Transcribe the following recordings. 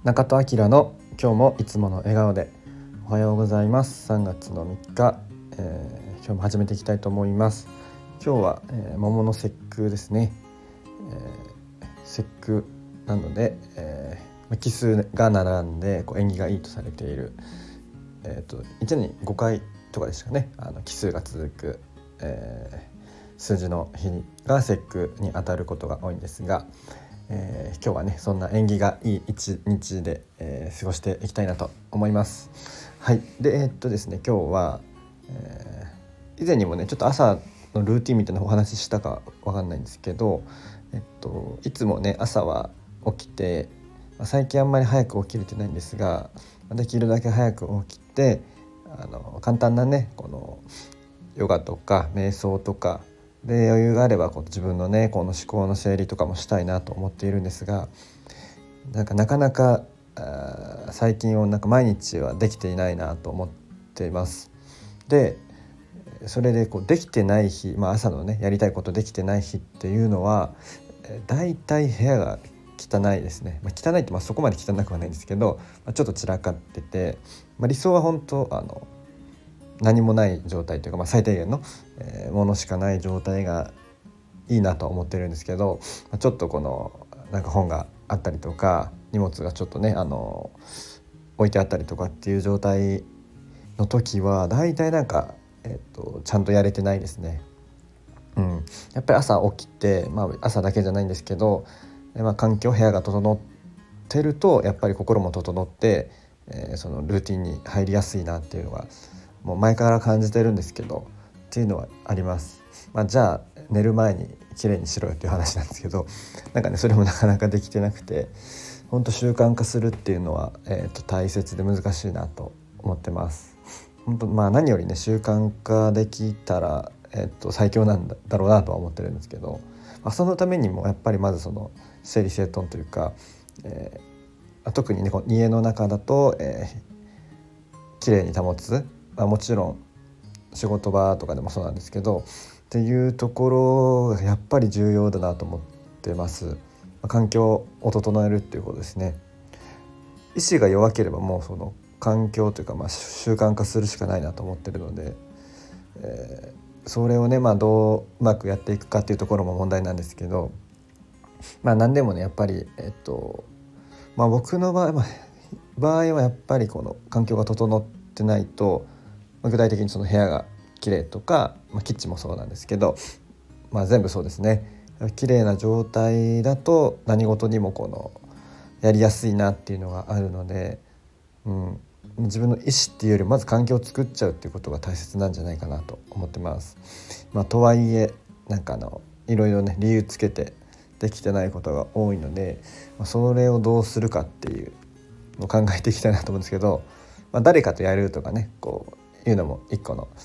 中戸明の今日もいつもの笑顔で。おはようございます。3月の3日、今日も始めていきたいと思います。今日は、桃の節句ですね。節句なので、奇数が並んで縁起がいいとされている、1年に5回とかでしたかね、奇数が続く、数字の日が節句にあたることが多いんですが、今日はねそんな縁起がいい一日で、過ごしていきたいなと思います。はい。でですね、今日は、以前にもねちょっと朝のルーティンみたいなお話ししたかわかんないんですけど、いつもね朝は起きて、最近あんまり早く起きれてないんですが、できるだけ早く起きて簡単なねこのヨガとか瞑想とかで余裕があれば自分のねこの思考の整理とかもしたいなと思っているんですが、なかなか最近は毎日はできていないなと思っています。でそれでできてない日、朝のねやりたいことできてない日っていうのは、だいたい部屋が汚いですね。汚いってそこまで汚くはないんですけど、ちょっと散らかってて、理想は本当何もない状態というか、最低限の、ものしかない状態がいいなと思ってるんですけど、ちょっと本があったりとか荷物がちょっとね置いてあったりとかっていう状態の時はだいたいちゃんとやれてないですね。やっぱり朝起きて、朝だけじゃないんですけど、環境部屋が整ってるとやっぱり心も整って、そのルーティンに入りやすいなっていうのがもう前から感じてるんですけどっていうのはあります。じゃあ寝る前にきれいにしろよっていう話なんですけど、それもなかなかできてなくて、本当習慣化するっていうのは、大切で難しいなと思ってます。本当何よりね習慣化できたら、最強なんだろうなとは思ってるんですけど、そのためにもやっぱりまずその整理整頓というか、特にね家の中だと、きれいに保つ、もちろん仕事場とかでもそうなんですけどっていうところがやっぱり重要だなと思ってます。環境を整えるっていうことですね。意志が弱ければもうその環境というか、習慣化するしかないなと思ってるので、それをね、どううまくやっていくかっていうところも問題なんですけど、何でもねやっぱり、僕の場合はやっぱりこの環境が整ってないと、具体的にその部屋が綺麗とか、キッチンもそうなんですけど、全部そうですね。綺麗な状態だと何事にもやりやすいなっていうのがあるので、自分の意思っていうよりまず環境を作っちゃうっていうことが大切なんじゃないかなと思ってます。とはいえいろいろね理由つけてできてないことが多いので、それをどうするかっていうのを考えていきたいなと思うんですけど、誰かとやるとかねいうのも一個の、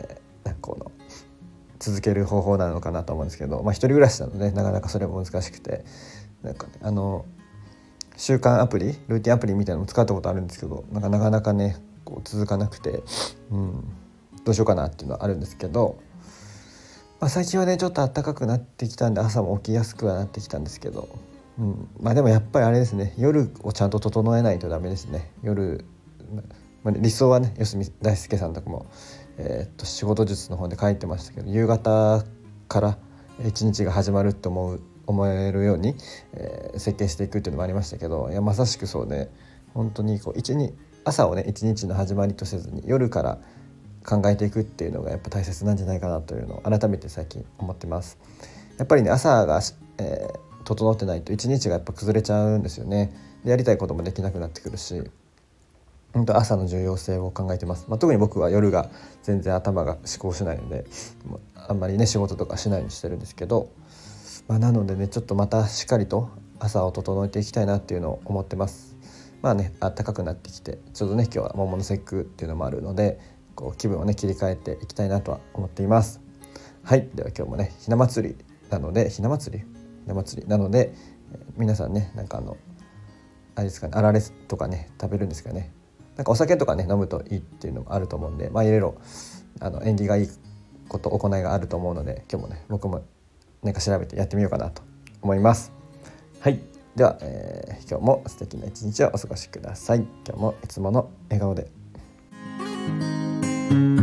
続ける方法なのかなと思うんですけど、一人暮らしなのでなかなかそれも難しくて、習慣アプリルーティンアプリみたいなのも使ったことあるんですけど、なかなかね続かなくて、どうしようかなっていうのはあるんですけど、最近はねちょっと暖かくなってきたんで朝も起きやすくはなってきたんですけど、でもやっぱりあれですね、夜をちゃんと整えないとダメですね。夜、理想はね四隅大輔さんとかも、仕事術の方で書いてましたけど、夕方から一日が始まるって思えるように、設計していくっていうのもありましたけど、まさしくそうで、本当に朝をね一日の始まりとせずに夜から考えていくっていうのがやっぱ大切なんじゃないかなというのを改めて最近思ってます。やっぱりね朝が、整ってないと一日がやっぱ崩れちゃうんですよね。でやりたいこともできなくなってくるし、本当朝の重要性を考えてます。特に僕は夜が全然頭が思考しないので、あんまりね仕事とかしないようにしてるんですけど、なのでねちょっとまたしっかりと朝を整えていきたいなっていうのを思ってます。暖かくなってきてちょうどね今日は桃の節句っていうのもあるので、気分をね切り替えていきたいなとは思っています。はい。では今日もねひな祭りなので、皆さんねあれですかね、あられとかね食べるんですかね。お酒とかね飲むといいっていうのもあると思うんで、いろいろ縁起がいいこと行いがあると思うので、今日もね僕も調べてやってみようかなと思います。はい。 では、今日も素敵な一日をお過ごしください。今日もいつもの笑顔で。